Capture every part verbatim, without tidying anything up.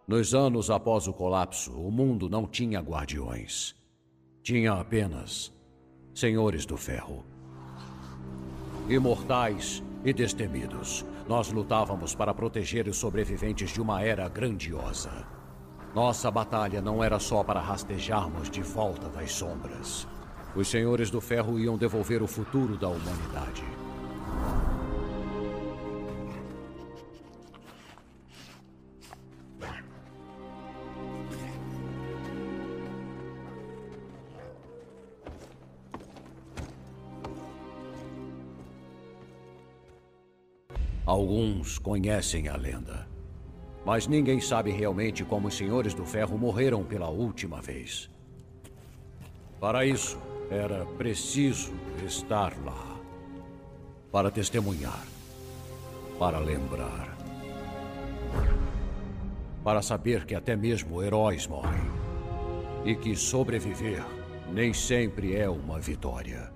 Nos anos após o colapso, o mundo não tinha guardiões. Tinha apenas Senhores do Ferro. Imortais e destemidos, nós lutávamos para proteger os sobreviventes de uma era grandiosa. Nossa batalha não era só para rastejarmos de volta das sombras. Os Senhores do Ferro iam devolver o futuro da humanidade. Alguns conhecem a lenda, mas ninguém sabe realmente como os Senhores do Ferro morreram pela última vez. Para isso, era preciso estar lá, para testemunhar, para lembrar, para saber que até mesmo heróis morrem e que sobreviver nem sempre é uma vitória.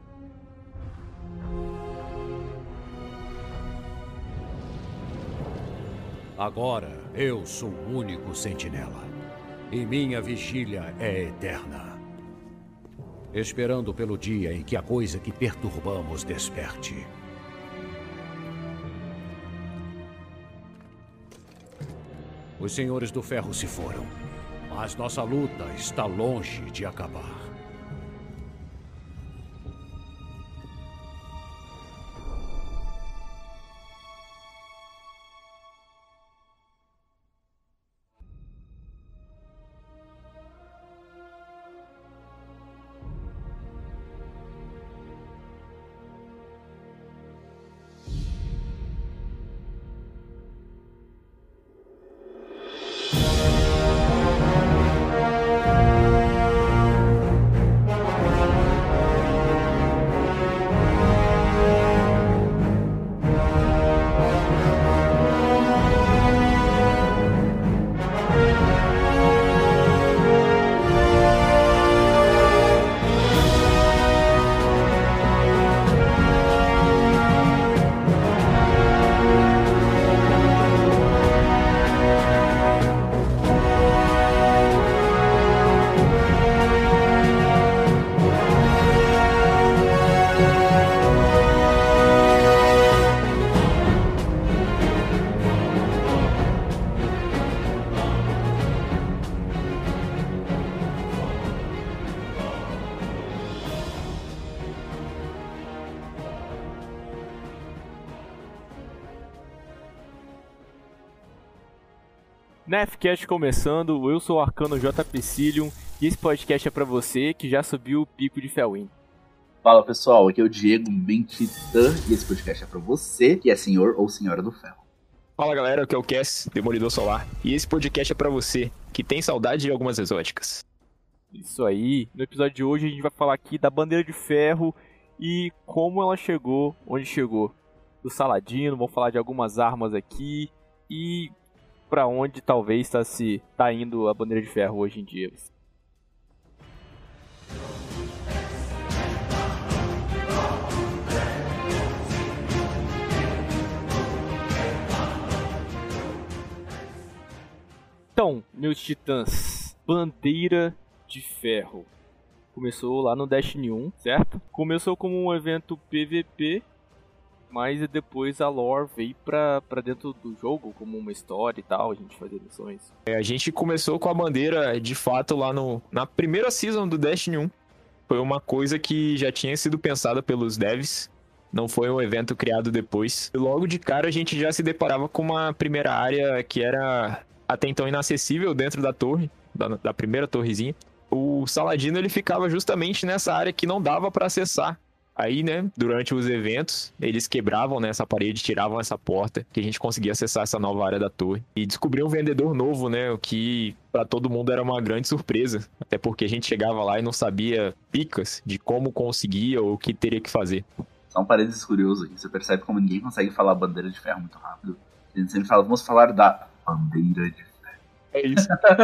Agora, eu sou o único sentinela. E minha vigília é eterna. Esperando pelo dia em que a coisa que perturbamos desperte. Os Senhores do Ferro se foram, mas nossa luta está longe de acabar. Nefcast começando, eu sou o Arcano J. Psyllium e esse podcast é pra você que já subiu o pico de Felwyn. Fala pessoal, aqui é o Diego Mentitã e esse podcast é pra você que é senhor ou senhora do ferro. Fala galera, aqui é o Cass, Demolidor Solar, e esse podcast é pra você que tem saudade de algumas exóticas. Isso aí, no episódio de hoje a gente vai falar aqui da Bandeira de Ferro e como ela chegou, onde chegou. Do Saladino, vamos falar de algumas armas aqui e pra onde talvez está se tá indo a Bandeira de Ferro hoje em dia. Então, meus titãs, Bandeira de Ferro. Começou lá no Destiny um, certo? Começou como um evento P V P, mas depois a lore veio pra, pra dentro do jogo, como uma história e tal, a gente fazia missões. É, a gente começou com a bandeira, de fato, lá no, na primeira season do Destiny um. Foi uma coisa que já tinha sido pensada pelos devs, não foi um evento criado depois. E logo de cara a gente já se deparava com uma primeira área que era até então inacessível dentro da torre, da, da primeira torrezinha. O Saladino ele ficava justamente nessa área que não dava pra acessar. Aí, né, durante os eventos, eles quebravam, né, essa parede, tiravam essa porta, que a gente conseguia acessar essa nova área da torre. E descobrir um vendedor novo, né, o que pra todo mundo era uma grande surpresa. Até porque a gente chegava lá e não sabia picas de como conseguia ou o que teria que fazer. Só um parênteses curioso aqui, você percebe como ninguém consegue falar Bandeira de Ferro muito rápido. A gente sempre fala, vamos falar da Bandeira de Ferro. É isso.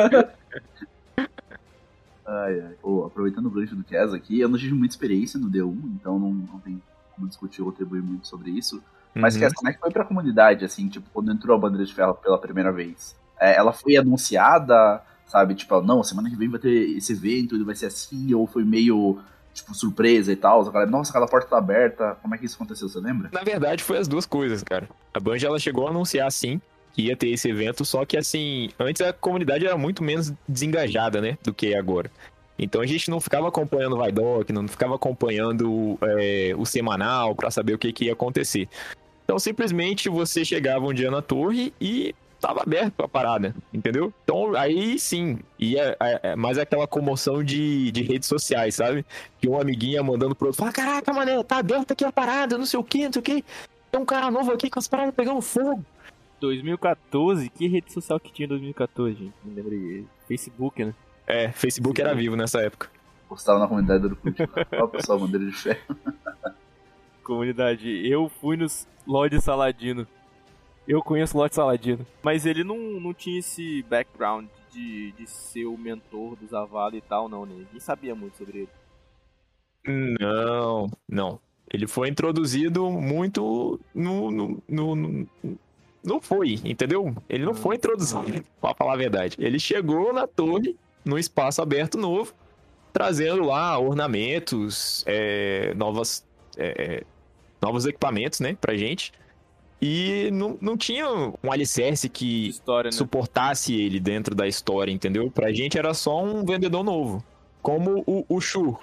Ai, ai. Pô, aproveitando o gancho do Cass aqui, eu não tive muita experiência no D um, então não, não tem como discutir ou atribuir muito sobre isso. Mas, uhum. Cass, como é que foi pra comunidade, assim, tipo, quando entrou a Bandeira de Ferro pela primeira vez? É, ela foi anunciada, sabe? Tipo, não, semana que vem vai ter esse evento, ele vai ser assim, ou foi meio, tipo, surpresa e tal. Galera, nossa, aquela porta tá aberta. Como é que isso aconteceu, você lembra? Na verdade, foi as duas coisas, cara. A Bungie, ela chegou a anunciar, sim, que ia ter esse evento, só que, assim, antes a comunidade era muito menos desengajada, né, do que agora. Então a gente não ficava acompanhando o Vidoc, não ficava acompanhando é, o semanal pra saber o que, que ia acontecer. Então, simplesmente, você chegava um dia na torre e tava aberto a parada, entendeu? Então, aí sim, ia é, mais aquela comoção de, de redes sociais, sabe? Que um amiguinho ia mandando pro outro, fala, caraca, mané, tá aberto aqui a parada, não sei o que, não sei o que. Tem um cara novo aqui com as paradas pegando fogo. dois mil e quatorze? Que rede social que tinha em dois mil e quatorze, gente? Me lembrei. Facebook, né? É, Facebook era vivo nessa época. Postava na comunidade do Orkut. Ó, pessoal, bandeira de ferro. Comunidade, eu fui nos Lorde Saladino. Eu conheço o Lorde Saladino. Mas ele não, não tinha esse background de, de ser o mentor do Zavala e tal, não, né? Ninguém sabia muito sobre ele. Não, não. Ele foi introduzido muito no... no, no, no... Não foi, entendeu? Ele não foi introduzido, pra falar a verdade. Ele chegou na torre, num espaço aberto novo, trazendo lá ornamentos, é, novas, é, novos equipamentos, né, pra gente. E não, não tinha um alicerce que História, né? suportasse ele dentro da história, entendeu? Pra gente era só um vendedor novo. Como o, o Shu.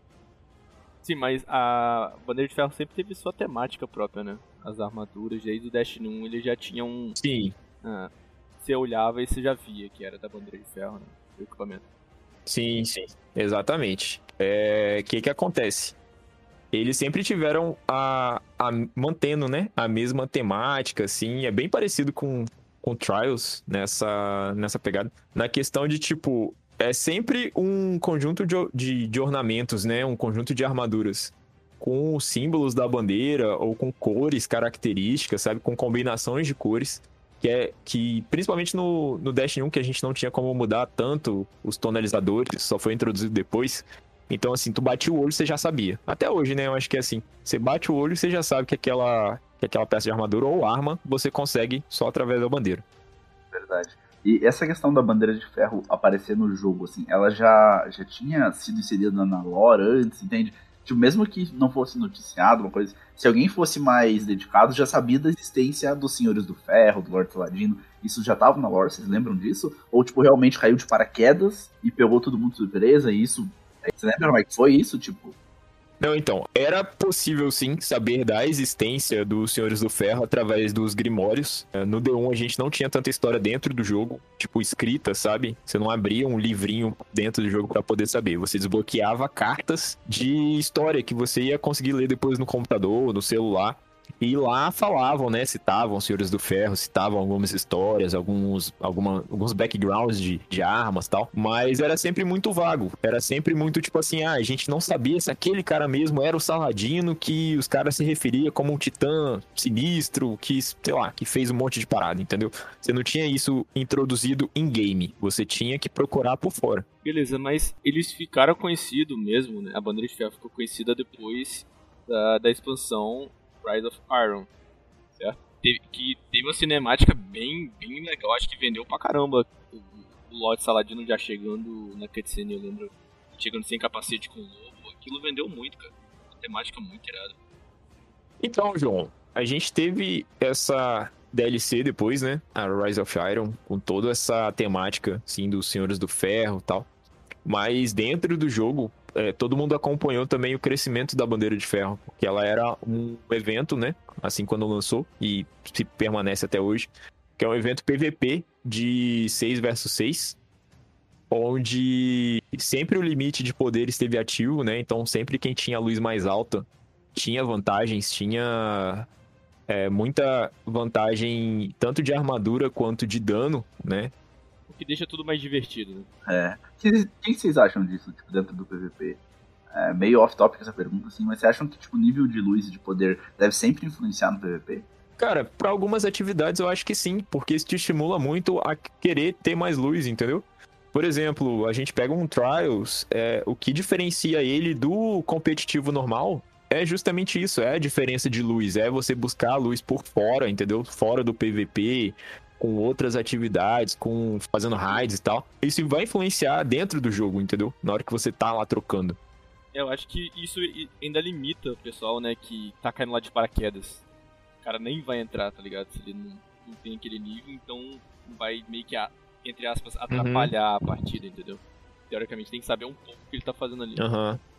Sim, mas a Bandeira de Ferro sempre teve sua temática própria, né? As armaduras, desde o Destiny um ele já tinha um... Sim. Ah, você olhava e você já via que era da Bandeira de Ferro, né? O equipamento. Sim, sim. Exatamente. É, que que acontece? Eles sempre tiveram a, a mantendo, né, a mesma temática, assim, é bem parecido com, com Trials nessa, nessa pegada. Na questão de, tipo, é sempre um conjunto de, de, de ornamentos, né, um conjunto de armaduras com símbolos da bandeira ou com cores características, sabe, com combinações de cores, que é que, principalmente no, no Destiny um, que a gente não tinha como mudar tanto os tonalizadores, só foi introduzido depois. Então, assim, tu bate o olho, você já sabia. Até hoje, né? Eu acho que é assim. Você bate o olho e você já sabe que aquela, que aquela peça de armadura ou arma você consegue só através da bandeira. Verdade. E essa questão da bandeira de ferro aparecer no jogo, assim, ela já, já tinha sido inserida na lore antes, entende? Tipo, mesmo que não fosse noticiado, uma coisa... Se alguém fosse mais dedicado, já sabia da existência dos Senhores do Ferro, do Lorde Saladino. Isso já tava na lore, vocês lembram disso? Ou, tipo, realmente caiu de paraquedas e pegou todo mundo de surpresa e isso... Você lembra como é que foi isso, tipo? Não, então, era possível sim saber da existência dos Senhores do Ferro através dos Grimórios. No D um a gente não tinha tanta história dentro do jogo, tipo escrita, sabe? Você não abria um livrinho dentro do jogo pra poder saber. Você desbloqueava cartas de história que você ia conseguir ler depois no computador, no celular. E lá falavam, né, citavam os Senhores do Ferro, citavam algumas histórias, alguns, alguma, alguns backgrounds de, de armas e tal, mas era sempre muito vago, era sempre muito tipo assim, ah, a gente não sabia se aquele cara mesmo era o Saladino que os caras se referiam como um titã sinistro, que, sei lá, que fez um monte de parada, entendeu? Você não tinha isso introduzido em game, você tinha que procurar por fora. Beleza, mas eles ficaram conhecidos mesmo, né? A Bandeira de Ferro ficou conhecida depois da, da expansão Rise of Iron, certo? Teve, que teve uma cinemática bem, bem legal, acho que vendeu pra caramba o, o Lorde Saladino já chegando na cutscene, eu lembro, chegando sem capacete com o lobo, aquilo vendeu muito, cara, uma temática muito irada. Então, João, a gente teve essa D L C depois, né, a Rise of Iron, com toda essa temática, assim, dos Senhores do Ferro e tal, mas dentro do jogo, É, todo mundo acompanhou também o crescimento da Bandeira de Ferro, porque ela era um evento, né, assim quando lançou, e se permanece até hoje, que é um evento P V P de seis versus seis, onde sempre o limite de poder esteve ativo, né, então sempre quem tinha a luz mais alta tinha vantagens, tinha é, muita vantagem tanto de armadura quanto de dano, né. O que deixa tudo mais divertido, né? É. O que vocês acham disso, tipo, dentro do P V P? É meio off-topic essa pergunta, assim, mas vocês acham que, tipo, o nível de luz e de poder deve sempre influenciar no P V P? Cara, pra algumas atividades eu acho que sim, porque isso te estimula muito a querer ter mais luz, entendeu? Por exemplo, a gente pega um Trials, é, o que diferencia ele do competitivo normal é justamente isso, é a diferença de luz, é você buscar a luz por fora, entendeu? Fora do P V P, com outras atividades, com fazendo raids e tal. Isso vai influenciar dentro do jogo, entendeu? Na hora que você tá lá trocando. Eu acho que isso ainda limita o pessoal, né, que tá caindo lá de paraquedas. O cara nem vai entrar, tá ligado? Se ele não, não tem aquele nível, então vai meio que, entre aspas, atrapalhar uhum. a partida, entendeu? Teoricamente tem que saber um pouco o que ele tá fazendo ali. Aham. Uhum.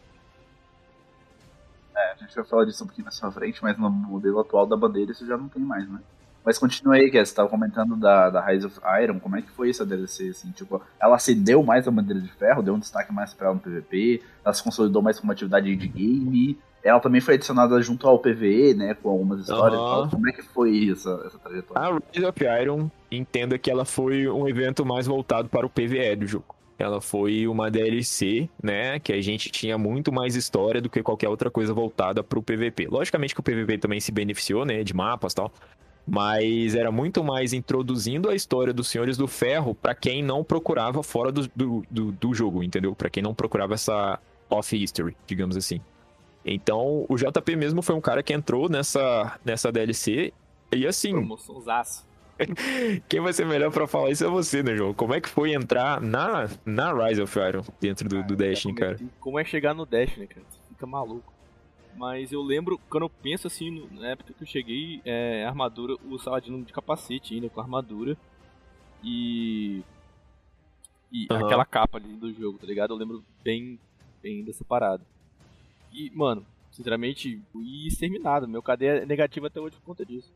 É, a gente vai falar disso um pouquinho mais pra frente, mas no modelo atual da bandeira isso já não tem mais, né? Mas continua aí, que você tava comentando da, da Rise of Iron, como é que foi essa D L C, assim, tipo, ela acendeu mais a bandeira de ferro, deu um destaque mais pra ela no P V P, ela se consolidou mais como uma atividade de game, ela também foi adicionada junto ao P V E, né, com algumas histórias uhum. e tal. Como é que foi essa, essa trajetória? A Rise of Iron, entenda que ela foi um evento mais voltado para o P V E do jogo. Ela foi uma D L C, né, que a gente tinha muito mais história do que qualquer outra coisa voltada pro P V P. Logicamente que o P V P também se beneficiou, né, de mapas e tal, mas era muito mais introduzindo a história dos Senhores do Ferro pra quem não procurava fora do, do, do, do jogo, entendeu? Pra quem não procurava essa off-history, digamos assim. Então, o J P mesmo foi um cara que entrou nessa, nessa D L C e assim... Promoçãozaço. Quem vai ser melhor pra falar isso é você, né, João? Como é que foi entrar na, na Rise of Iron dentro do, do Destiny, cara? Como é chegar no Destiny, cara? Você fica maluco. Mas eu lembro, quando eu penso assim, na época que eu cheguei, é, armadura, o Saladino de capacete ainda, com armadura. E... E uhum. aquela capa ali do jogo, tá ligado? Eu lembro bem, bem dessa parada. E, mano, sinceramente, fui exterminado. Meu K D é negativo até hoje por conta disso.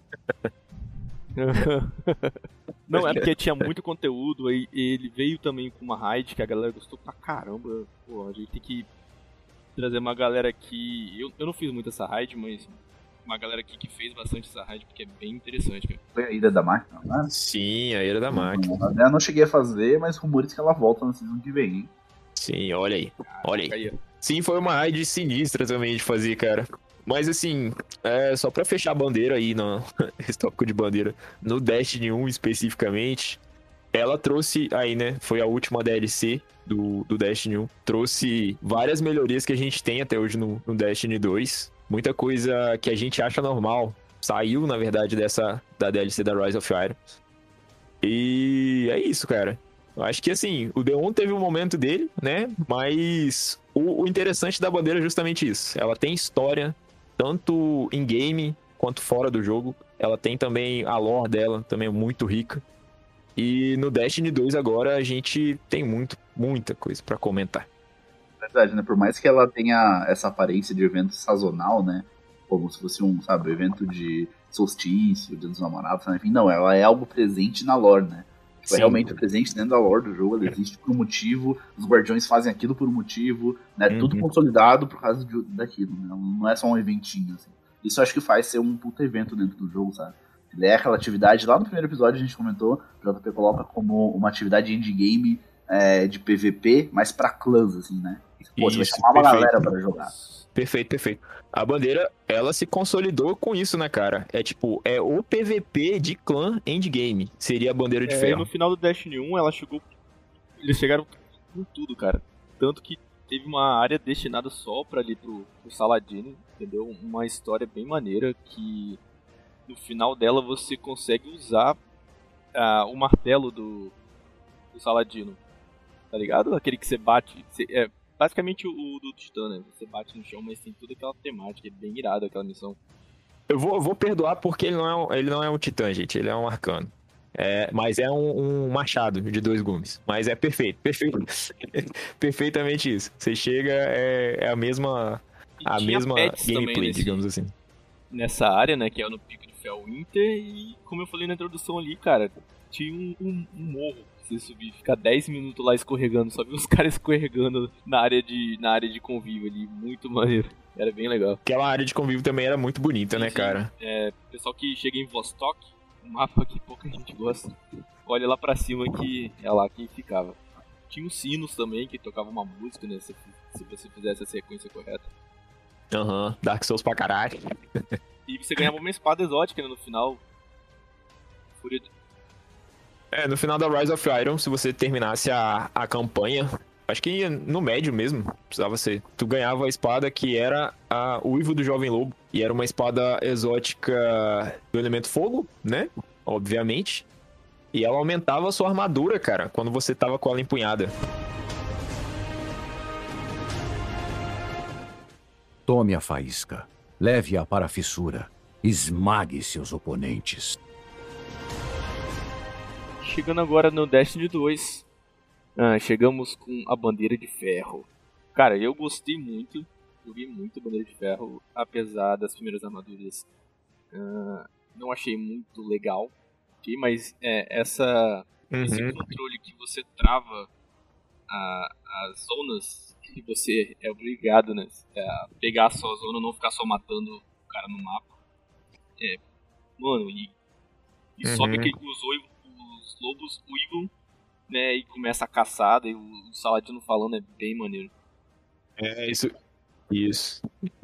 Não, é porque tinha muito conteúdo, e ele veio também com uma raid que a galera gostou pra caramba. Pô, a gente tem que trazer uma galera aqui. Eu, eu não fiz muito essa raid, mas uma galera aqui que fez bastante essa raid, porque é bem interessante, cara. Foi a Ira da Máquina, né? Sim, a Ira da Máquina. Eu não cheguei a fazer, mas rumores que ela volta no season que vem, hein? Sim, olha aí, olha aí. Sim, foi uma raid sinistra também de fazer, cara. Mas assim, é, só pra fechar a bandeira aí, no, esse tópico de bandeira, no Destiny um especificamente, ela trouxe aí, né, foi a última D L C do, do Destiny um, trouxe várias melhorias que a gente tem até hoje no, no Destiny dois, muita coisa que a gente acha normal, saiu, na verdade, dessa, da D L C da Rise of Iron, e é isso, cara. Eu acho que assim, o D um teve um momento dele, né, mas o, o interessante da bandeira é justamente isso, ela tem história, tanto em game quanto fora do jogo. Ela tem também a lore dela, também é muito rica. E no Destiny dois agora a gente tem muito, muita coisa pra comentar. Verdade, né? Por mais que ela tenha essa aparência de evento sazonal, né? Como se fosse um, sabe, evento de solstício, Dia dos Namorados, enfim, não, ela é algo presente na lore, né? Tipo, é realmente presente dentro da lore do jogo, ela existe por um motivo, os guardiões fazem aquilo por um motivo, né? Uhum. Tudo consolidado por causa de, daquilo, né? Não é só um eventinho, assim. Isso eu acho que faz ser um puta evento dentro do jogo, sabe? Ele é aquela atividade, lá no primeiro episódio a gente comentou, o J P coloca como uma atividade endgame é, de P V P, mas pra clãs, assim, né? Pô, você vai chamar uma galera pra jogar. Perfeito, perfeito. A bandeira, ela se consolidou com isso, né, cara? É tipo, é o P V P de clã endgame. Seria a bandeira de é, ferro. No final do Destiny um, ela chegou... Eles chegaram com tudo, cara. Tanto que teve uma área destinada só pra ali pro, pro Saladino, entendeu? Uma história bem maneira que... No final dela você consegue usar uh, o martelo do, do Saladino. Tá ligado? Aquele que você bate... Você, é, basicamente o, o do Titã, né? Você bate no chão, mas tem toda aquela temática. É bem irado aquela missão. Eu vou, eu vou perdoar porque ele não, é um, ele não é um Titã, gente. Ele é um arcano. É, mas é um, um machado de dois gumes. Mas é perfeito, perfeito. Perfeitamente isso. Você chega, é, é a mesma, a mesma gameplay, nesse, digamos assim. Nessa área, né? Que é no pico de Felwinter. E como eu falei na introdução ali, cara, tinha um, um, um morro. Você subir, ficar dez minutos lá escorregando, só vi os caras escorregando na área de, na área de convívio ali, muito maneiro, era bem legal. Aquela área de convívio também era muito bonita, sim, né, cara? É, pessoal que chega em Vostok, um mapa que pouca gente gosta, olha lá pra cima que é lá que ficava. Tinha os sinos também, que tocava uma música, né, se, se você fizesse a sequência correta. Aham, uhum, Dark Souls pra caralho. E você ganhava uma espada exótica, né, no final. Fúria de... É, no final da Rise of Iron, se você terminasse a, a campanha, acho que no médio mesmo, precisava ser, tu ganhava a espada que era a Uivo do Jovem Lobo, e era uma espada exótica do elemento fogo, né? obviamente. E ela aumentava a sua armadura, cara, quando você tava com ela empunhada. Tome a faísca, leve-a para a fissura, esmague seus oponentes. Chegando agora no Destiny dois, ah, chegamos com a Bandeira de Ferro. Cara, eu gostei muito, joguei muito Bandeira de Ferro, apesar das primeiras armaduras. Ah, não achei muito legal, okay? Mas é, essa, Uhum. esse controle que você trava a, as zonas, que você é obrigado, né, a pegar a sua zona, não ficar só matando o cara no mapa. É, mano, e, e Uhum. sobe aquele, os, oivo, os lobos uivam, né, e começa a caçada, e o, o Saladino falando é bem maneiro. É, isso. Isso.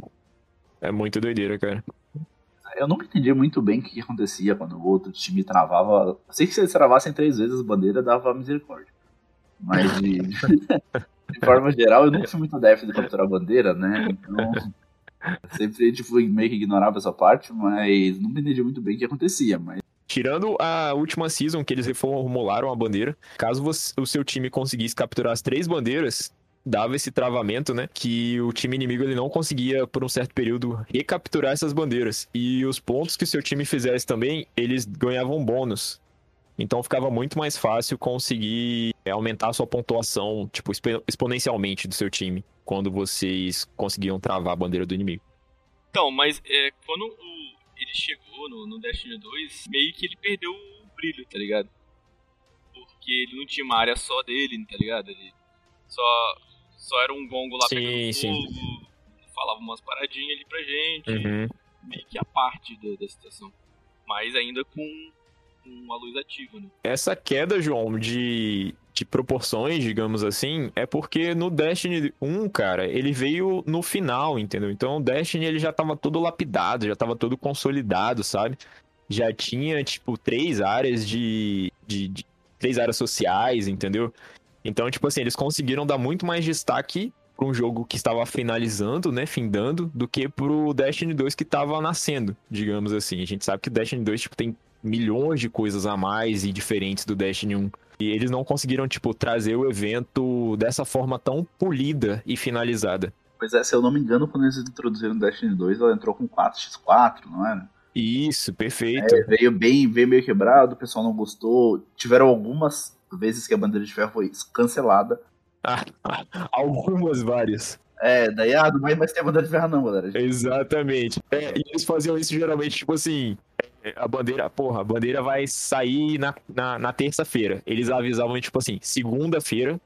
É muito doideira, cara. Eu nunca entendi muito bem o que, que acontecia quando o outro time travava. Eu sei que se eles travassem três vezes a bandeira, dava misericórdia. Mas de, de forma geral, eu nunca fui muito adepto de capturar a bandeira, né? Então, eu sempre tipo, meio que ignorava essa parte, mas nunca entendi muito bem o que acontecia. Mas Tirando a última season, que eles reformularam a bandeira, caso você- o seu time conseguisse capturar as três bandeiras, dava esse travamento, né? Que o time inimigo ele não conseguia, por um certo período, recapturar essas bandeiras. E os pontos que o seu time fizesse também, eles ganhavam bônus. Então ficava muito mais fácil conseguir é, aumentar a sua pontuação, tipo, expo- exponencialmente do seu time, quando vocês conseguiam travar a bandeira do inimigo. Então, mas é, quando o, ele chegou no, no Destiny dois, meio que ele perdeu o brilho, tá ligado? Porque ele não tinha uma área só dele, tá ligado? Ele só, só era um gongo lá Sim, pegando sim. fogo, falava umas paradinhas ali pra gente, Uhum. meio que a parte da, da situação. Mas ainda com, com a luz ativa, né? Essa queda, João, de, de proporções, digamos assim, é porque no Destiny um, cara, ele veio no final, entendeu? Então o Destiny ele já tava todo lapidado, já tava todo consolidado, sabe? Já tinha, tipo, três áreas de, de, de- três áreas sociais, entendeu? Então, tipo assim, eles conseguiram dar muito mais destaque para um jogo que estava finalizando, né, findando, do que pro Destiny dois que estava nascendo, digamos assim. A gente sabe que o Destiny dois, tipo, tem milhões de coisas a mais e diferentes do Destiny um. E eles não conseguiram, tipo, trazer o evento dessa forma tão polida e finalizada. pois é, se eu não me engano, quando eles introduziram o Destiny dois, ela entrou com quatro por quatro, não era? Isso, perfeito. É, veio bem, veio meio quebrado, o pessoal não gostou. Tiveram algumas vezes que a Bandeira de Ferro foi cancelada. Ah, algumas, várias. É, daí, ah, não vai mais ter Bandeira de Ferro não, galera. Exatamente. É, e eles faziam isso geralmente, tipo assim, é, a bandeira, porra, a bandeira vai sair na, na, na terça-feira. Eles avisavam, tipo assim, segunda-feira,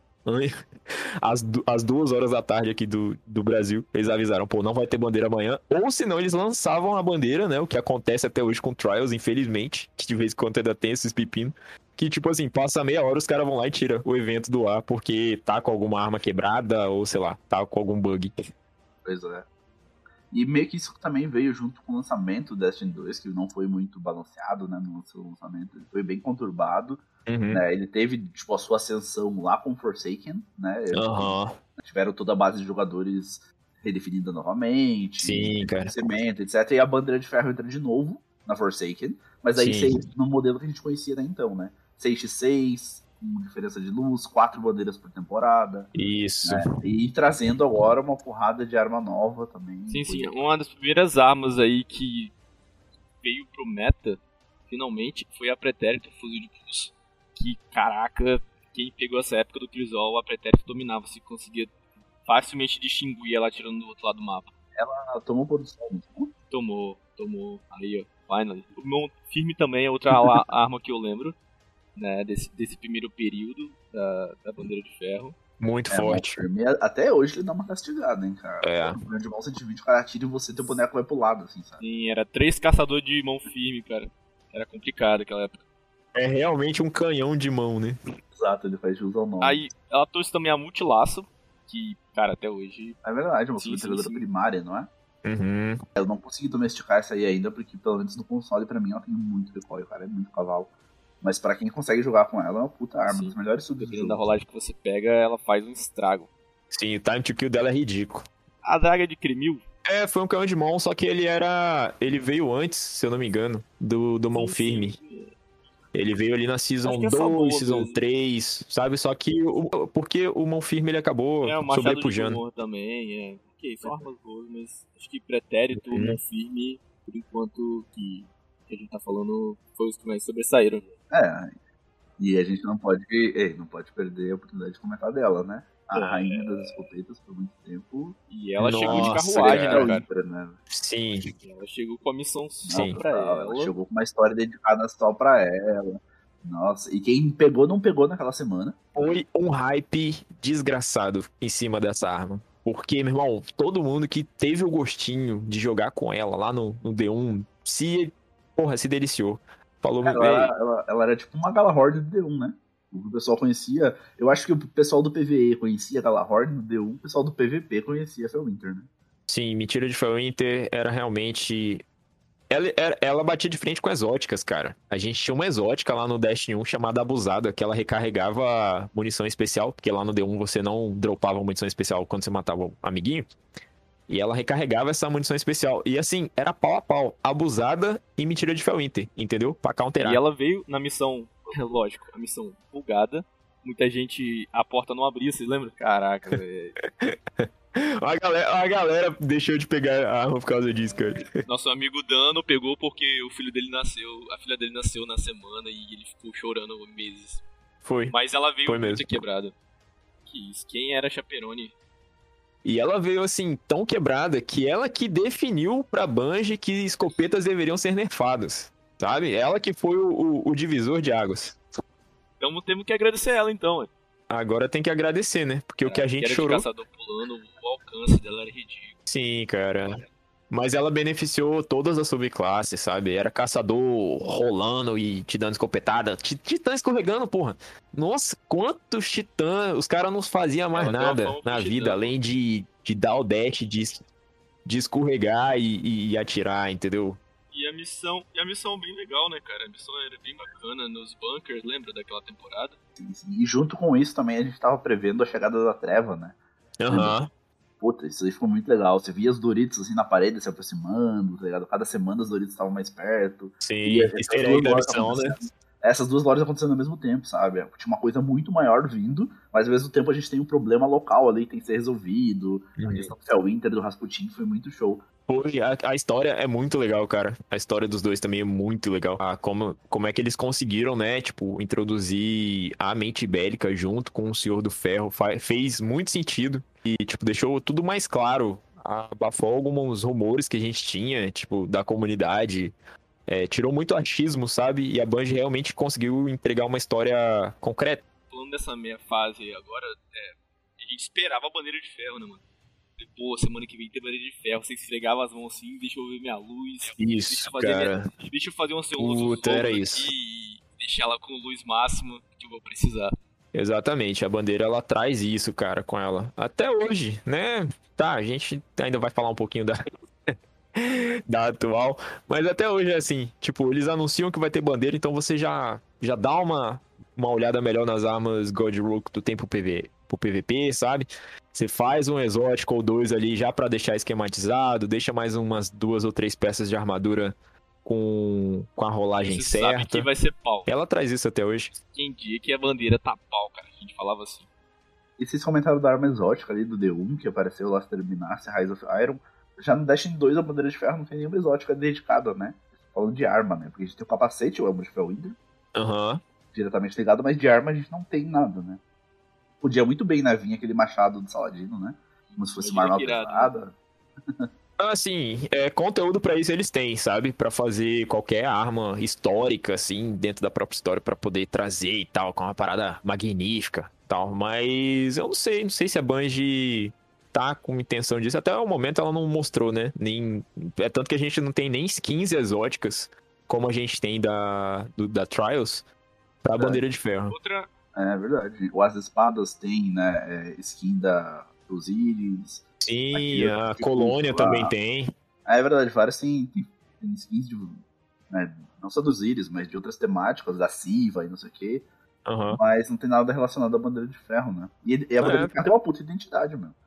às, du- às duas horas da tarde aqui do, do Brasil, eles avisaram, pô, não vai ter bandeira amanhã. Ou senão eles lançavam a bandeira, né? O que acontece até hoje com Trials, infelizmente, que de vez em quando ainda tem esses pepinos. Que, tipo assim, passa meia hora, os caras vão lá e tiram o evento do ar porque tá com alguma arma quebrada ou, sei lá, tá com algum bug. Pois é. E meio que isso também veio junto com o lançamento do Destiny dois, que não foi muito balanceado, né, no seu lançamento. Ele foi bem conturbado. Uhum. Né, ele teve, tipo, a sua ascensão lá com Forsaken, né? Aham. Tiveram toda a base de jogadores redefinida novamente. Sim, cara. Crescimento, etcétera. E a Bandeira de Ferro entra de novo na Forsaken. Mas aí Sim. seis, no modelo que a gente conhecia até então, né? seis por seis, com diferença de luz, quatro bandeiras por temporada. Isso. Né? E trazendo agora uma porrada de arma nova também. Sim, sim, uma das primeiras armas aí que veio pro meta, finalmente, foi a Pretérita Fuzil de Pulso. Que, caraca, quem pegou essa época do Crisol, a Pretérita dominava, se conseguia facilmente distinguir ela tirando do outro lado do mapa. Ela tomou produção, não? Tomou, tomou, aí ó, finally. O meu firme também é outra a- arma que eu lembro, né, desse, desse primeiro período da, da Bandeira de Ferro. Muito É, forte. mão firme. Até hoje ele dá uma castigada, hein, cara. É. No grande mão cento e vinte, o cara atira e você, teu boneco vai pro lado, assim, sabe? Sim, era três caçadores de mão firme, cara. Era complicado aquela época. É realmente um canhão de mão, né? Exato, ele faz jus ao nome. Aí ela trouxe também a Multilaço, que, cara, até hoje. É verdade, é uma Sim, submetralhadora sim, sim. primária, não é? Uhum. Eu não consegui domesticar essa aí ainda, porque pelo menos no console, pra mim, ela tem muito recoil, cara, é muito cavalo. Mas pra quem consegue jogar com ela, é uma puta arma, Sim. das melhores subs do Dependendo da jogo. rolagem que você pega, ela faz um estrago. Sim, o time to kill dela é ridículo. A daga de Cremil. É, foi um canhão de mão, só que ele era. Ele veio antes, se eu não me engano, do, do mão sim, firme. sim. Ele veio ali na Season Acho que é só boa dois, Season mesmo. três, sabe? Só que o, porque o Mão Firme ele acabou É, o Machado de sobrepujando. Tumor também, é. Ok, são armas boas, mas acho que Pretérito, Uhum. Mão Firme, por enquanto que, que a gente tá falando, foi os que mais sobressaíram. É, e a gente não pode, ei, não pode perder a oportunidade de comentar dela, né? A É. rainha das escopetas por muito tempo. E ela chegou de Nossa, carruagem, cara. né, cara? Inter, né? Sim, Ela chegou com a missão só Sim. pra ela, ela. chegou com uma história dedicada só pra ela. Nossa, e quem pegou, não pegou naquela semana. foi um hype desgraçado em cima dessa arma. Porque, meu irmão, todo mundo que teve o gostinho de jogar com ela lá no, no D um, se, porra, se deliciou. Falou, Ela, "Ei, era, ela, ela era tipo uma Galahorn do D um, né? O pessoal conhecia. Eu acho que o pessoal do P V E conhecia a Galahorn no D um, o pessoal do P V P conhecia a Felwinter, né? sim, Mentira de Felwinter era realmente... Ela, ela, ela batia de frente com exóticas, cara. A gente tinha uma exótica lá no Destiny um chamada Abusada, que ela recarregava munição especial, porque lá no D um você não dropava munição especial quando você matava o amiguinho. E ela recarregava essa munição especial. E assim, era pau a pau. Abusada e Mentira de Felwinter, entendeu? Pra counterar. E ela veio na missão, lógico, a missão bugada. Muita gente, a porta não abria, vocês lembram? Caraca, velho. A galera, a galera deixou de pegar a arma por causa disso, cara. Nosso amigo Dano pegou porque o filho dele nasceu, a filha dele nasceu na semana e ele ficou chorando meses. Foi. Mas ela veio Foi muito mesmo. quebrada. Que isso, quem era Chaperone? E ela veio assim, tão quebrada, que ela que definiu pra Bungie que escopetas deveriam ser nerfadas. Sabe? Ela que foi o, o, o divisor de águas. Então temos que agradecer ela então. Ué. Agora tem que agradecer, né? Porque o que a gente era de chorou... caçador pulando, o alcance dela era ridículo. Sim, cara. Mas ela beneficiou todas as subclasses, sabe? Era caçador rolando e te dando escopetada. Ti- Titã escorregando, porra. Nossa, quantos titãs. Os caras não faziam mais Ela deu uma nada fama pro na titã, vida, pô. além de, de dar o dash, de, de escorregar e, e- e atirar, entendeu? E a missão, e a missão bem legal, né, cara? A missão era bem bacana nos bunkers, lembra daquela temporada? E junto com isso também a gente tava prevendo a chegada da treva, né? Aham. Puta, isso aí ficou muito legal. Você via os Doritos assim na parede se aproximando, tá ligado? Cada semana os Doritos estavam mais perto. Sim, E essas easter duas egg da lojas missão, né? acontecendo- Essas duas lojas acontecendo ao mesmo tempo, sabe? Tinha uma coisa muito maior vindo, mas ao mesmo tempo a gente tem um problema local ali que tem que ser resolvido. A Uhum. questão do Felwinter, do Rasputin, foi muito show. Foi, a, a história é muito legal, cara. A história dos dois também é muito legal. Ah, como, como é que eles conseguiram, né, tipo, introduzir a mente bélica junto com o Senhor do Ferro. Fa- fez muito sentido e, tipo, deixou tudo mais claro. Abafou alguns rumores que a gente tinha, tipo, da comunidade. É, tirou muito achismo, sabe? E a Bungie realmente conseguiu entregar uma história concreta. Falando dessa meia fase agora, é, a gente esperava a bandeira de ferro, né, mano? Pô, semana que vem tem bandeira de ferro, você esfregava as mãos assim, deixa eu ver minha luz. deixa Isso, eu fazer cara. minha- deixa eu fazer um seu Puta, era isso. E deixar ela com luz máxima que eu vou precisar. Exatamente, a bandeira ela traz isso, cara, com ela. Até hoje, né? Tá, a gente ainda vai falar um pouquinho da, da atual, mas até hoje é assim, tipo, eles anunciam que vai ter bandeira, então você já, já dá uma, uma olhada melhor nas armas God Rook do tempo P V, pro P V P, sabe? Você faz um exótico ou dois ali já pra deixar esquematizado, deixa mais umas duas ou três peças de armadura com, com a rolagem Você sabe certa. que vai ser pau. Ela traz isso até hoje. Quem dia que a bandeira tá pau, cara. A gente falava assim. E vocês comentaram da arma exótica ali do D um, que apareceu lá se terminasse, Rise of Iron. Já no Destiny dois, a bandeira de ferro não tem nenhuma exótica dedicada, né? Falando de arma, né? Porque a gente tem o capacete, o elmo de Felwinter, Aham. diretamente ligado, mas de arma a gente não tem nada, né? Podia muito bem, né, vir aquele machado do Saladino, né? Como se fosse uma arma Irado, pesada. Assim, é, conteúdo pra isso eles têm, sabe? Pra fazer qualquer arma histórica, assim, dentro da própria história, pra poder trazer e tal, com uma parada magnífica e tal. Mas eu não sei, não sei se a Bungie tá com intenção disso. Até o momento ela não mostrou, né? Nem... É tanto que a gente não tem nem skins exóticas, como a gente tem da, do- da Trials, pra É. bandeira de ferro. Outra, É verdade. O As Espadas tem, né, é, skin da Osiris. Sim, Aqui, a tipo, Colônia a- também tem. É verdade, várias tem, tem, tem skins de, né, não só dos Osiris, mas de outras temáticas, da Siva e não sei o quê. Aham. Mas não tem nada relacionado à bandeira de ferro, né? E, e a bandeira É. de ferro tem uma puta identidade, meu.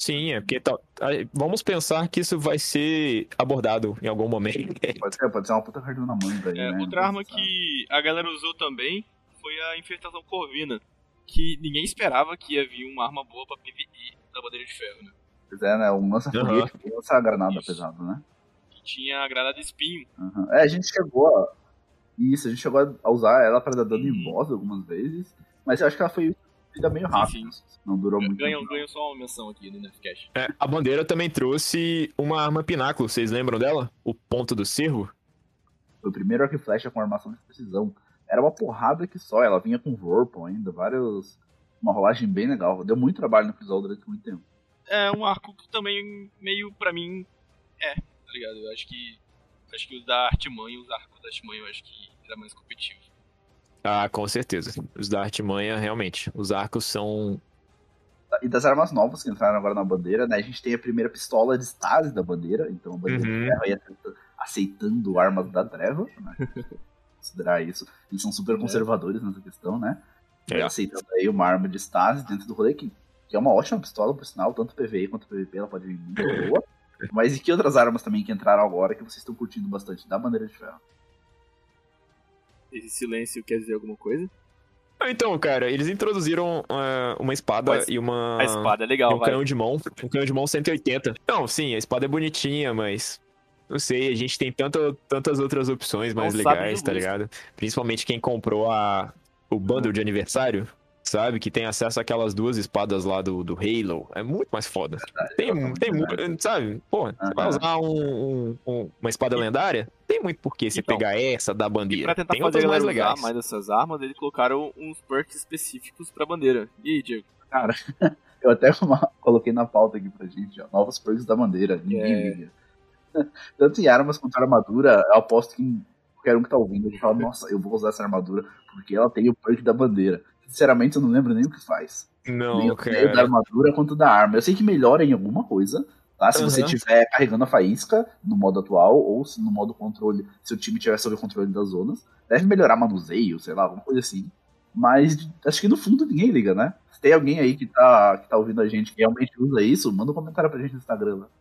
Sim, é porque tá, aí, vamos pensar que isso vai ser abordado em algum momento. Pode ser, pode ser uma puta cartão na manga aí, É, né? outra arma que a galera usou também foi a infestação corvina, que ninguém esperava que ia vir uma arma boa pra P V E da bandeira de ferro, né? Pois é, né? Um lança-foguete, um lança-granada pesado, né? Que tinha a granada espinho. Uhum. É, a gente chegou a... Isso, a gente chegou a usar ela pra dar dano em boss algumas vezes, mas eu acho que ela foi vida meio rápida. Não durou muito Ganham, tempo. ganham só uma menção aqui no Nerfcast. É, a bandeira também trouxe uma arma pináculo, vocês lembram dela? O ponto do cervo? Foi o primeiro arco e flecha com armação de precisão. Era uma porrada que só, ela vinha com Vorpal ainda, vários... Uma rolagem bem legal. Deu muito trabalho no visual durante muito tempo. É um arco que também meio pra mim é, tá ligado? Eu acho que acho que os da Artimanha, os arcos da Artimanha eu acho que era mais competitivo. Ah, com certeza. Os da Artimanha, realmente. Os arcos são... E das armas novas que entraram agora na bandeira, né? A gente tem a primeira pistola de estase da bandeira, então a bandeira Uhum. de ferro aí aceitando armas da treva, né? Considerar isso. Eles são super conservadores nessa questão, né? É. Aceitando aí uma arma de estase dentro do rolê, que, que é uma ótima pistola, por sinal, tanto P V E quanto P V P, ela pode vir muito boa. Mas e que outras armas também que entraram agora que vocês estão curtindo bastante da bandeira de ferro? Esse silêncio quer dizer alguma coisa? Então, cara, eles introduziram uh, uma espada Mas e uma... A espada é e legal, um vai. canhão de mão. Um canhão de mão cento e oitenta. Não, sim, a espada é bonitinha, mas... Não sei, a gente tem tanta, tantas outras opções mais Não sabe legais, do tá gosto. ligado? Principalmente quem comprou a, o bundle de aniversário, sabe? Que tem acesso àquelas duas espadas lá do, do Halo. É muito mais foda. Tem, exatamente, tem verdade. muito, sabe? Pô, você vai Aham. usar um, um- um- uma espada lendária? Tem muito porquê você Então, pegar essa da E bandeira. pra tentar Tem fazer a outras mais galera legais. usar mais dessas armas, eles colocaram uns perks específicos pra bandeira. E aí, Diego? Cara, eu até uma- coloquei na pauta aqui pra gente, ó, novos perks da bandeira, ninguém É. liga. Tanto em armas quanto em armadura, eu aposto que qualquer um que tá ouvindo, ele fala, nossa, eu vou usar essa armadura porque ela tem o perk da bandeira. Sinceramente, eu não lembro nem o que faz. nem, Não, o- nem o da cara. armadura quanto da arma. Eu sei que melhora em alguma coisa, tá? Se você Aham. estiver carregando a faísca no modo atual, ou se no modo controle, se o time tiver sob o controle das zonas, deve melhorar manuseio, sei lá, alguma coisa assim. Mas acho que no fundo ninguém liga, né? Se tem alguém aí que tá, que tá ouvindo a gente que realmente usa isso, manda um comentário pra gente no Instagram lá.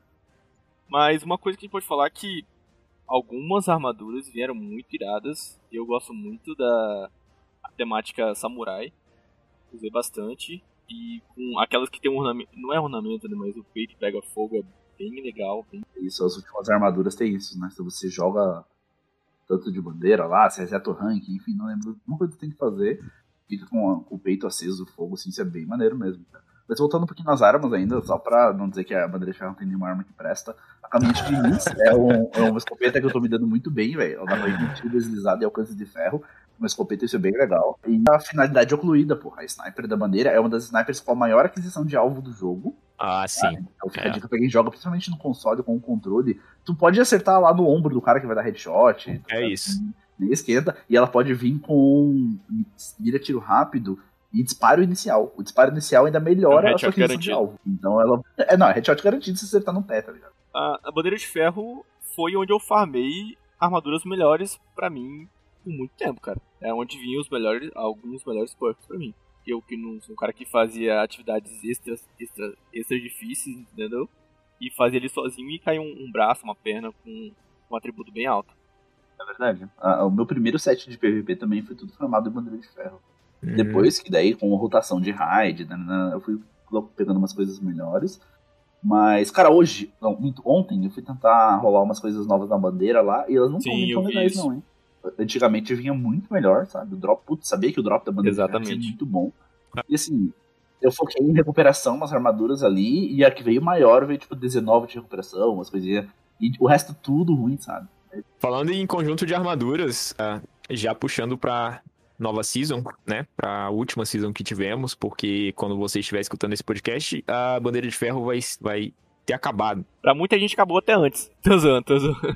Mas uma coisa que a gente pode falar é que algumas armaduras vieram muito iradas. Eu gosto muito da temática samurai. Usei bastante. E com aquelas que tem um ornamento. Não é ornamento, né? Mas o peito pega fogo é bem legal. Bem... Isso, as últimas armaduras tem isso, né? Se você joga tanto de bandeira lá, se reseta o rank, enfim, não lembro. Uma coisa que tem que fazer, fica com, a- com o peito aceso, o fogo, assim, isso é bem maneiro mesmo, cara. Mas voltando um pouquinho nas armas ainda, só pra não dizer que a bandeira de ferro não tem nenhuma arma que presta, a caminhante de Nis é, um, é uma escopeta que eu tô me dando muito bem, velho. Ela dá pra ir com tiro deslizado e alcance de ferro. Uma escopeta, isso é bem legal. E a finalidade ocluída, porra. A sniper da bandeira é uma das snipers com a maior aquisição de alvo do jogo. Ah, sim. Então fica É. a dica pra quem joga, principalmente no console com o controle. Tu pode acertar lá no ombro do cara que vai dar headshot. tá É ligado? isso. Nem esquenta. E ela pode vir com mira tiro rápido e disparo inicial. O disparo inicial ainda melhora É um a sua headshot aquisição de garantido. alvo. Então ela. É, não, é headshot garantido se você acertar no pé, tá ligado? A, a bandeira de ferro foi onde eu farmei armaduras melhores pra mim por muito tempo, cara. É onde vinham os melhores, alguns melhores perks pra mim. Eu que não sou um cara que fazia atividades extras, extra, extra difíceis, entendeu? E fazia ele sozinho e caía um, um braço, uma perna com um atributo bem alto. É verdade. Ah, o meu primeiro set de P V P também foi tudo formado em bandeira de ferro. Uhum. Depois que daí, com a rotação de raid, né, eu fui pegando umas coisas melhores. Mas, cara, hoje, não, muito- ontem, eu fui tentar rolar umas coisas novas na bandeira lá e elas não estão Sim, muito eu vi legais, isso. não, hein? Antigamente vinha muito melhor, sabe? O drop, putz, sabia que o drop da bandeira de ferro Exatamente. tinha muito bom. E assim, eu foquei em recuperação, umas armaduras ali, e a que veio maior veio tipo dezenove de recuperação, umas coisinhas. E o resto tudo ruim, sabe? Falando em conjunto de armaduras, ah, já puxando pra nova season, né? Pra última season que tivemos, porque quando você estiver escutando esse podcast, a Bandeira de Ferro vai, vai ter acabado. Pra muita gente acabou até antes. Tô zoando, tô zoando.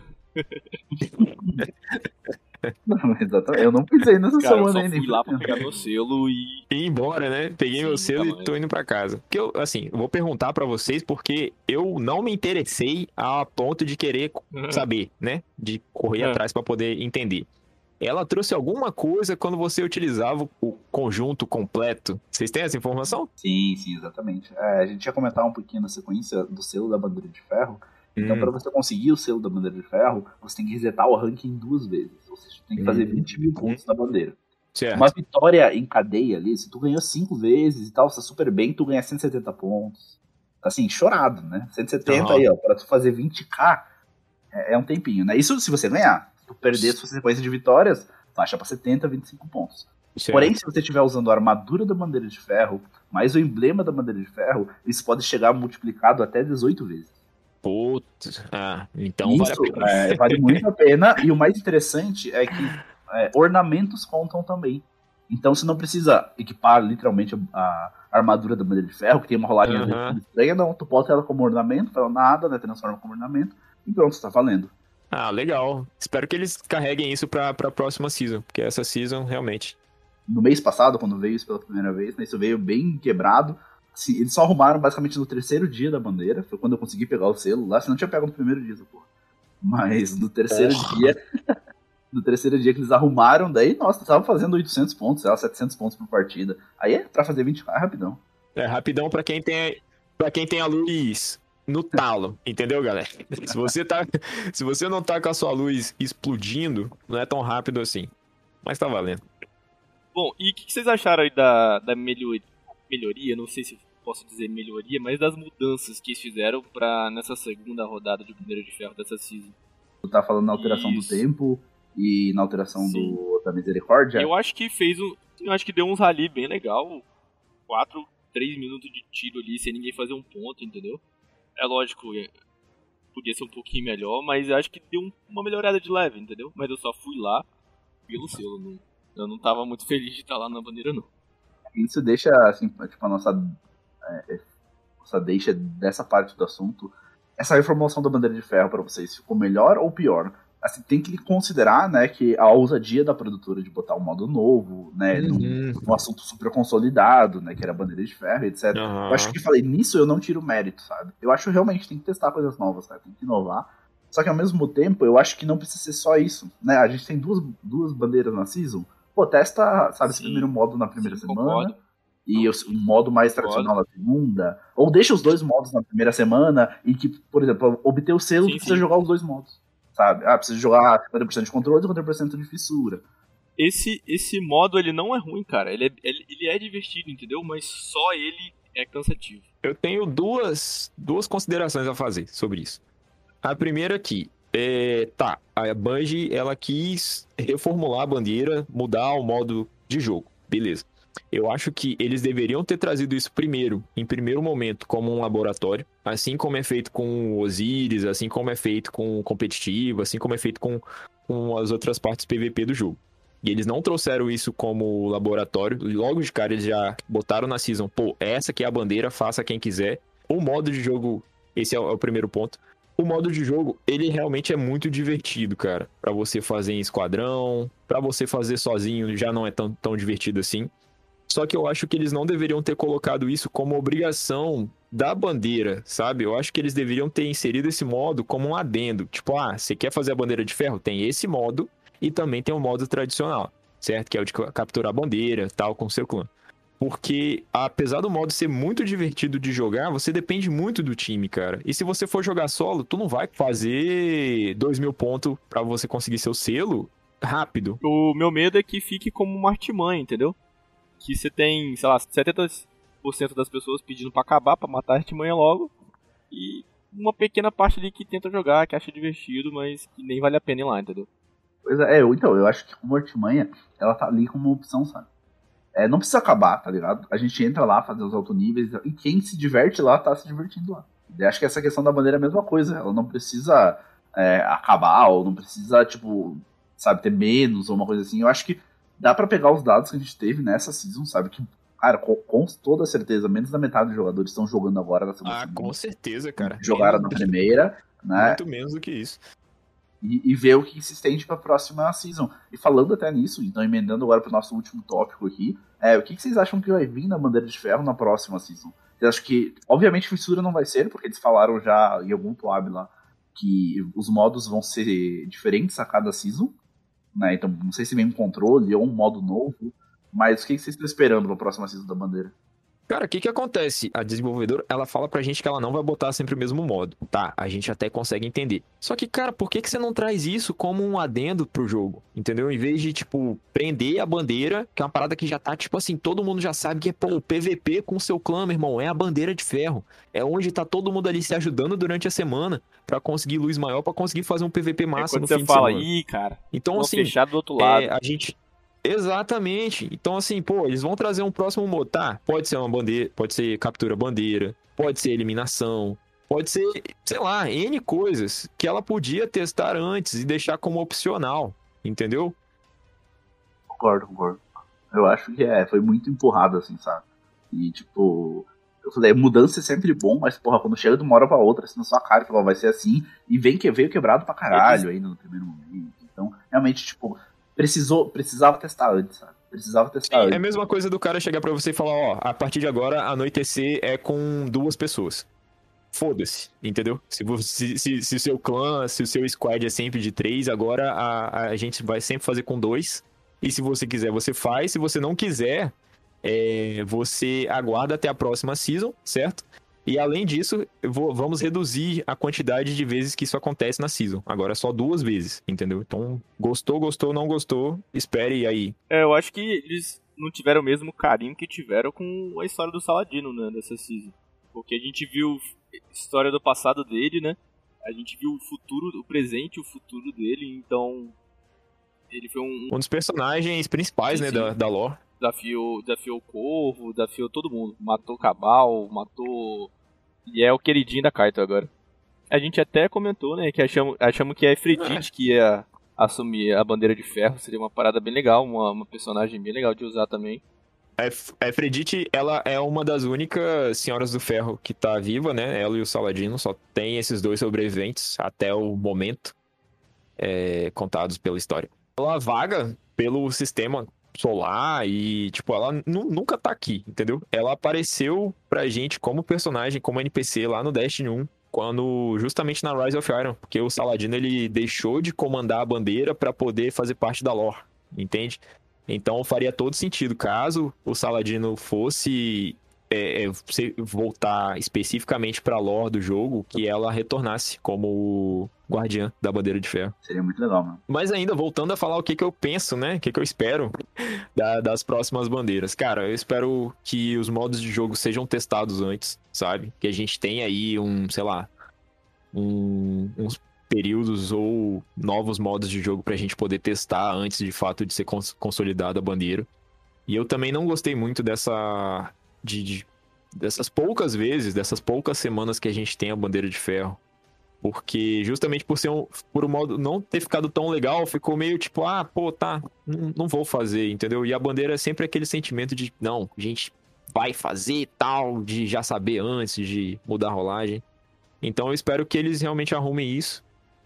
Não, exatamente. Eu não pisei nessa Cara, eu semana só ainda. fui lá pra pegar meu selo e... E ir embora, né? Peguei Sim, meu selo tá e tô indo pra casa. Porque eu, assim, eu vou perguntar pra vocês porque eu não me interessei a ponto de querer saber, né? De correr É. atrás pra poder entender. ela trouxe alguma coisa quando você utilizava o conjunto completo. Vocês têm essa informação? Sim, sim, exatamente. É, a gente ia comentar um pouquinho na sequência do selo da bandeira de ferro. Então, Hum. para você conseguir o selo da bandeira de ferro, você tem que resetar o ranking duas vezes. Ou seja, tem que fazer vinte mil pontos na bandeira. Certo. Uma vitória em cadeia ali, se tu ganhou cinco vezes e tal, você tá super bem, tu ganha cento e setenta pontos. Assim, chorado, né? cento e setenta Uhum. aí, ó, pra tu fazer vinte k é, é um tempinho, né? Isso se você ganhar. Se tu perder sua sequência de vitórias, baixa pra setenta, vinte e cinco pontos. Certo. Porém, se você estiver usando a armadura da bandeira de ferro, mais o emblema da bandeira de ferro, isso pode chegar multiplicado até dezoito vezes. Putz. Ah, então Isso vale a pena. é, vale muito a pena. E o mais interessante é que é, ornamentos contam também. Então você não precisa equipar literalmente a, a armadura da bandeira de ferro, que tem uma rolagem Uhum. estranha, não. Tu bota ela como ornamento, ela nada, né? Transforma como ornamento, e pronto, está valendo. Ah, legal. Espero que eles carreguem isso pra, pra próxima season, porque essa season realmente... No mês passado, quando veio isso pela primeira vez, né, isso veio bem quebrado. Assim, eles só arrumaram basicamente no terceiro dia da bandeira, foi quando eu consegui pegar o selo lá, se não tinha pego no primeiro dia, essa porra. Mas no terceiro Porra. dia, no terceiro dia que eles arrumaram, daí, nossa, estavam fazendo oitocentos pontos, sei lá, setecentos pontos por partida. Aí é pra fazer vinte k rapidão. É rapidão pra quem tem, pra quem tem a luz no talo, entendeu, galera? Se você, tá, se você não tá com a sua luz explodindo, não é tão rápido assim. Mas tá valendo. Bom, e o que, que vocês acharam aí da, da melhor, melhoria? Não sei se posso dizer melhoria, mas das mudanças que eles fizeram pra, nessa segunda rodada de Bandeira de Ferro dessa season. Tu tá falando na alteração Isso. do tempo e na alteração Sim. do, da misericórdia? Eu acho que fez um. Eu acho que deu uns rally bem legal. quatro, três minutos de tiro ali sem ninguém fazer um ponto, entendeu? É lógico, é, podia ser um pouquinho melhor, mas eu acho que deu um, uma melhorada de leve, entendeu? Mas eu só fui lá pelo selo. Não, eu não tava muito feliz de estar lá na bandeira, não. Isso deixa, assim, tipo, a nossa, é, nossa deixa dessa parte do assunto. Essa reformulação da bandeira de ferro pra vocês ficou melhor ou pior? Assim, tem que considerar, né, que a ousadia da produtora de botar um modo novo, né, Uhum. num, num assunto super consolidado, né, que era a bandeira de ferro, etcétera. Uhum. Eu acho que, falei, nisso eu não tiro mérito, sabe? Eu acho realmente que tem que testar coisas novas, cara, tem que inovar. Só que ao mesmo tempo, eu acho que não precisa ser só isso, né? A gente tem duas, duas bandeiras na season. Pô, testa, sabe, esse Sim. primeiro modo na primeira Sim, semana. concordo. E o, o modo mais tradicional na segunda. Ou deixa os dois modos na primeira semana e que, por exemplo, obter o selo, Sim, tu precisa sim. jogar os dois modos. Sabe? Ah, precisa jogar cinquenta por cento de controle e cinquenta por cento de fissura. Esse, esse modo, ele não é ruim, cara. Ele é, ele, ele é divertido, entendeu? Mas só ele é cansativo. Eu tenho duas, duas considerações a fazer sobre isso. A primeira aqui, é, tá, a Bungie, ela quis reformular a bandeira, mudar o modo de jogo, beleza. Eu acho que eles deveriam ter trazido isso primeiro, em primeiro momento, como um laboratório, assim como é feito com o Osiris, assim como é feito com o competitivo, assim como é feito com, com as outras partes P V P do jogo. E eles não trouxeram isso como laboratório, logo de cara eles já botaram na season, pô, essa aqui é a bandeira, faça quem quiser. O modo de jogo, esse é o, é o primeiro ponto. O modo de jogo, ele realmente é muito divertido, cara. Pra você fazer em esquadrão, pra você fazer sozinho já não é tão, tão divertido assim. Só que eu acho que eles não deveriam ter colocado isso como obrigação da bandeira, sabe? Eu acho que eles deveriam ter inserido esse modo como um adendo. Tipo, ah, você quer fazer a bandeira de ferro? Tem esse modo e também tem o modo tradicional, certo? Que é o de capturar a bandeira, tal, com seu clã. Porque, apesar do modo ser muito divertido de jogar, você depende muito do time, cara. E se você for jogar solo, tu não vai fazer dois mil pontos pra você conseguir seu selo rápido. O meu medo é que fique como uma artimanha, entendeu? Que você tem, sei lá, setenta por cento das pessoas pedindo pra acabar, pra matar a artimanha logo. E uma pequena parte ali que tenta jogar, que acha divertido, mas que nem vale a pena ir lá, entendeu? Pois é, eu, então, eu acho que como artimanha, ela tá ali como uma opção, sabe? É, não precisa acabar, tá ligado? A gente entra lá, fazer os alto-níveis, e quem se diverte lá, tá se divertindo lá. Eu acho que essa questão da bandeira é a mesma coisa. Ela não precisa é, acabar, ou não precisa, tipo, sabe, ter menos, ou uma coisa assim. Eu acho que dá pra pegar os dados que a gente teve nessa season, sabe? Que, cara, com, com toda certeza, menos da metade dos jogadores estão jogando agora na segunda Ah, semana. com certeza, cara. Jogaram Menos- na primeira, né? Muito menos do que isso. E, e ver o que se estende pra próxima season. E falando até nisso, então emendando agora pro nosso último tópico aqui, é, o que, que vocês acham que vai vir na Bandeira de Ferro na próxima season? Vocês acham que, obviamente, fissura não vai ser, porque eles falaram já em algum Toab lá que os modos vão ser diferentes a cada season, né? Então não sei se vem um controle ou um modo novo, mas o que vocês estão esperando pra próxima season da bandeira? Cara, o que que acontece? A desenvolvedora, ela fala pra gente que ela não vai botar sempre o mesmo modo. Tá, a gente até consegue entender. Só que, cara, por que que você não traz isso como um adendo pro jogo? Entendeu? Em vez de, tipo, prender a bandeira, que é uma parada que já tá, tipo assim, todo mundo já sabe que é, pô, o P V P com o seu clã, meu irmão, é a bandeira de ferro. É onde tá todo mundo ali se ajudando durante a semana pra conseguir luz maior, pra conseguir fazer um P V P É massa quando no você fim de fala, semana. ih, cara, Então, vão assim, fechar do outro lado. é, a gente... Exatamente. Então, assim, pô, eles vão trazer um próximo modo, tá? Pode ser uma bandeira, pode ser captura bandeira, pode ser eliminação, pode ser, sei lá, N coisas que ela podia testar antes e deixar como opcional, entendeu? Concordo, concordo. Eu acho que é, foi muito empurrado, assim, sabe? E, tipo, eu falei, mudança é sempre bom, mas, porra, quando chega de uma hora pra outra, assim, na sua cara, fala, vai ser assim, e vem que veio quebrado pra caralho ainda no primeiro momento. Então, realmente, tipo, precisou, precisava testar antes, sabe? Precisava testar Sim, antes. é a mesma coisa do cara chegar pra você e falar, ó, a partir de agora, anoitecer é com duas pessoas. Foda-se, entendeu? Se, você, se, se o seu clã, se o seu squad é sempre de três, agora a, a gente vai sempre fazer com dois. E se você quiser, você faz. Se você não quiser, é, você aguarda até a próxima season, certo? E além disso, eu vou- vamos reduzir a quantidade de vezes que isso acontece na season. Agora é só duas vezes, entendeu? Então, gostou, gostou, não gostou, espere aí. É, eu acho que eles não tiveram o mesmo carinho que tiveram com a história do Saladino, né, dessa season. Porque a gente viu a história do passado dele, né? A gente viu o futuro, o presente e o futuro dele, então ele foi um Um dos personagens principais, Sim, né, sim. da, da lore. desafio, desafiou o Corvo, desafiou todo mundo. Matou o Cabal, matou... E é o queridinho da Kaito agora. A gente até comentou, né, que achamos, achamos que a Efredite que ia assumir a bandeira de ferro. Seria uma parada bem legal, uma, uma personagem bem legal de usar também. A Ef- a Efredite, ela é uma das únicas senhoras do ferro que tá viva, né? Ela e o Saladino, só tem esses dois sobreviventes até o momento, é, contados pela história. Ela vaga pelo sistema solar e, tipo, ela nu- nunca tá aqui, entendeu? Ela apareceu pra gente como personagem, como N P C lá no Destiny um, quando, justamente na Rise of Iron, porque o Saladino, ele deixou de comandar a bandeira pra poder fazer parte da lore, entende? Então faria todo sentido caso o Saladino fosse é, é, se- voltar especificamente pra lore do jogo, que ela retornasse como guardiã da bandeira de ferro. Seria muito legal, mano. Mas ainda, voltando a falar o que, que eu penso, né? O que, que eu espero da- das próximas bandeiras. Cara, eu espero que os modos de jogo sejam testados antes, sabe? Que a gente tenha aí um, sei lá, um- uns períodos ou novos modos de jogo pra gente poder testar antes de fato de ser cons- consolidada a bandeira. E eu também não gostei muito dessa. De, de- dessas poucas vezes, dessas poucas semanas que a gente tem a bandeira de ferro. Porque justamente por ser um, por um modo não ter ficado tão legal, ficou meio tipo, ah, pô, tá, não, não vou fazer, entendeu? E a bandeira é sempre aquele sentimento de, não, a gente vai fazer e tal, de já saber antes, de mudar a rolagem. Então eu espero que eles realmente arrumem isso.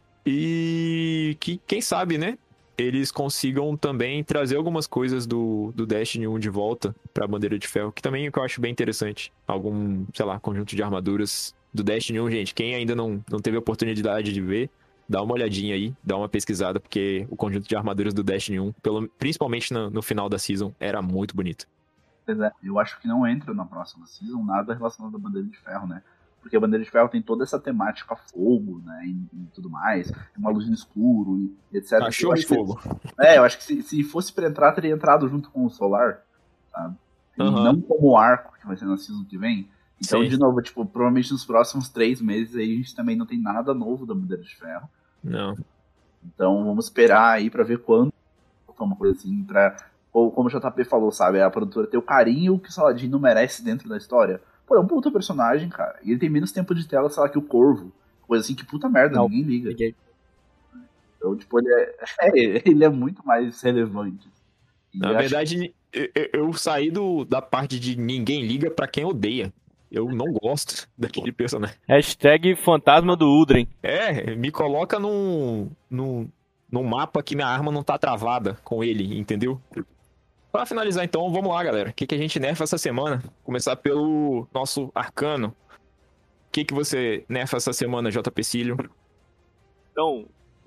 E que, quem sabe, né? Eles consigam também trazer algumas coisas do, do Destiny um de volta pra bandeira de ferro, que também é o que eu acho bem interessante. Algum, sei lá, conjunto de armaduras do Destiny um, gente. Quem ainda não, não teve a oportunidade de ver, dá uma olhadinha aí, dá uma pesquisada, porque o conjunto de armaduras do Destiny um, pelo, principalmente no, no final da season, era muito bonito. Pois é, eu acho que não entra na próxima season nada relacionado à bandeira de ferro, né? Porque a bandeira de ferro tem toda essa temática fogo, né? E, e tudo mais. Tem uma luz no escuro e etcétera. Cachorro e fogo. Que, é, eu acho que se, se fosse pra entrar, teria entrado junto com o Solar, sabe? E Uhum. não como o arco, que vai ser na season que vem. Então, Sim. de novo, tipo, provavelmente nos próximos três meses aí a gente também não tem nada novo da bandeira de ferro. Não. Então vamos esperar aí pra ver quando uma coisa assim, pra. Ou como o J P falou, sabe? A produtora ter o carinho que o Saladino merece dentro da história. Pô, é um puta personagem, cara. E ele tem menos tempo de tela, sei lá, que o Corvo. Coisa assim que puta merda, Não, ninguém liga. Ninguém- Então, tipo, ele é, é, ele é muito mais relevante. E Na eu acho- verdade, eu, eu- eu saí do, da parte de ninguém liga pra quem odeia. Eu não gosto daquele personagem. Hashtag fantasma do Udren. É, me coloca num, num, num mapa que minha arma não tá travada com ele, entendeu? Pra finalizar então, vamos lá, galera. O que, que a gente nerfa essa semana? Começar pelo nosso arcano. O que, que você nerfa essa semana, J P Cílio? Então,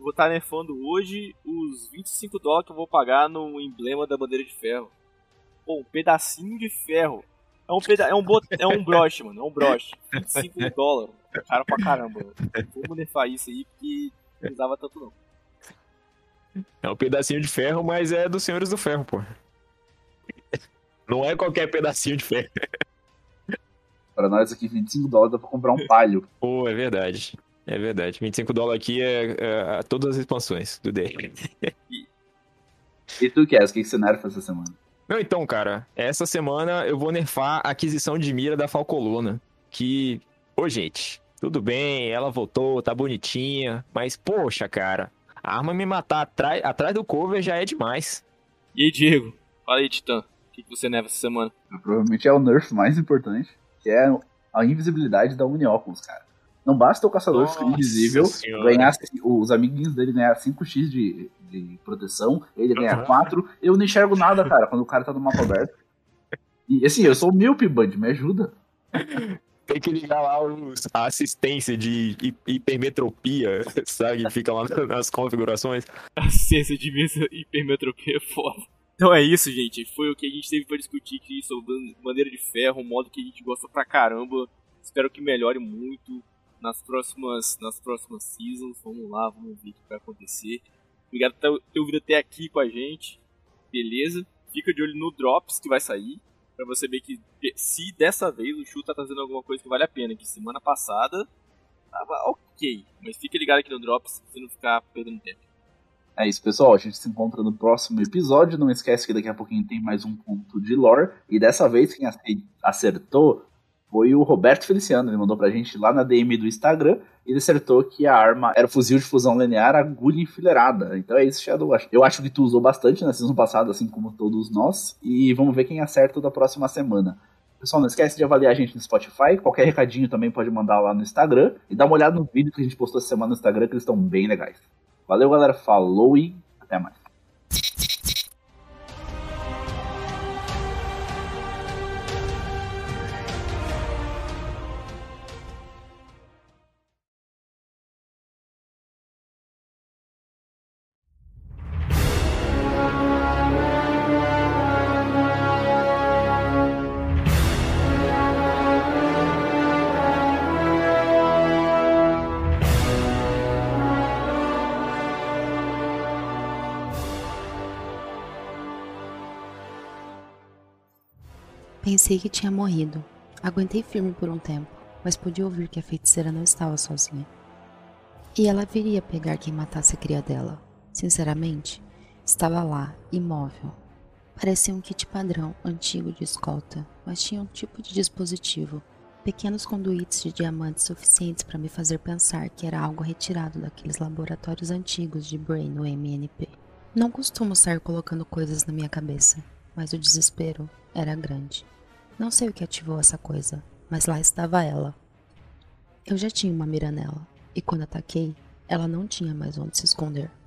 vou estar nerfando hoje os vinte e cinco dólares que eu vou pagar no emblema da bandeira de ferro. Pô, um pedacinho de ferro. É um, peda é um, bot é um broche, mano. É um broche. vinte e cinco dólares. Cara pra caramba. Vamos nerfar isso aí, porque não precisava tanto não. É um pedacinho de ferro, mas é dos Senhores do Ferro, pô. Não é qualquer pedacinho de ferro. Pra nós aqui, vinte e cinco dólares dá pra comprar um palio. Pô, é verdade. É verdade. vinte e cinco dólares aqui é, é, é todas as expansões do D R. E tu, Kes, o que, que você nerfa essa semana? Não, então, cara, essa semana eu vou nerfar a aquisição de mira da Falcoluna. Que, ô, gente, tudo bem, ela voltou, tá bonitinha, mas, poxa, cara, a arma me matar atrás, atrás do cover já é demais. E aí, Diego? Fala aí, Titã. O que, que você nerfa essa semana? Provavelmente é o nerf mais importante, que é a invisibilidade da Unióculos, cara. Não basta o caçador ficar invisível, Senhora. ganhar, os amiguinhos dele ganhar cinco x de, de proteção, ele ganha Uhum. quatro, eu não enxergo nada, cara, quando o cara tá no mapa aberto. E assim, eu sou míope, Band, me ajuda. Tem que ligar lá os, a assistência de hi- hipermetropia, sabe? Fica lá nas configurações. A ciência de hipermetropia é foda. Então é isso, gente. Foi o que a gente teve pra discutir aqui sobre Bandeira de Ferro, um modo que a gente gosta pra caramba. Espero que melhore muito nas próximas, nas próximas seasons. Vamos lá, vamos ver o que vai acontecer. Obrigado por ter ouvido até aqui com a gente. Beleza? Fica de olho no Drops que vai sair. Pra você ver que se dessa vez o Shu tá trazendo alguma coisa que vale a pena. Que semana passada tava ok. Mas fica ligado aqui no Drops pra você não ficar perdendo tempo. É isso, pessoal. A gente se encontra no próximo episódio. Não esquece que daqui a pouquinho tem mais um ponto de lore. E dessa vez quem acertou foi o Roberto Feliciano. Ele mandou pra gente lá na D M do Instagram. Ele acertou que a arma era fuzil de fusão linear, agulha enfileirada. Então é isso, Shadow. Eu acho que tu usou bastante na season passada, assim como todos nós. E vamos ver quem acerta da próxima semana. Pessoal, não esquece de avaliar a gente no Spotify. Qualquer recadinho também pode mandar lá no Instagram. E dá uma olhada no vídeo que a gente postou essa semana no Instagram, que eles estão bem legais. Valeu, galera. Falou e até mais. Pensei que tinha morrido. Aguentei firme por um tempo, mas pude ouvir que a feiticeira não estava sozinha. E ela viria pegar quem matasse a cria dela. Sinceramente, estava lá, imóvel. Parecia um kit padrão, antigo de escolta, mas tinha um tipo de dispositivo. Pequenos conduítes de diamantes suficientes para me fazer pensar que era algo retirado daqueles laboratórios antigos de Brain no M N P. Não costumo sair colocando coisas na minha cabeça, mas o desespero era grande. Não sei o que ativou essa coisa, mas lá estava ela. Eu já tinha uma mira nela, e quando ataquei, ela não tinha mais onde se esconder.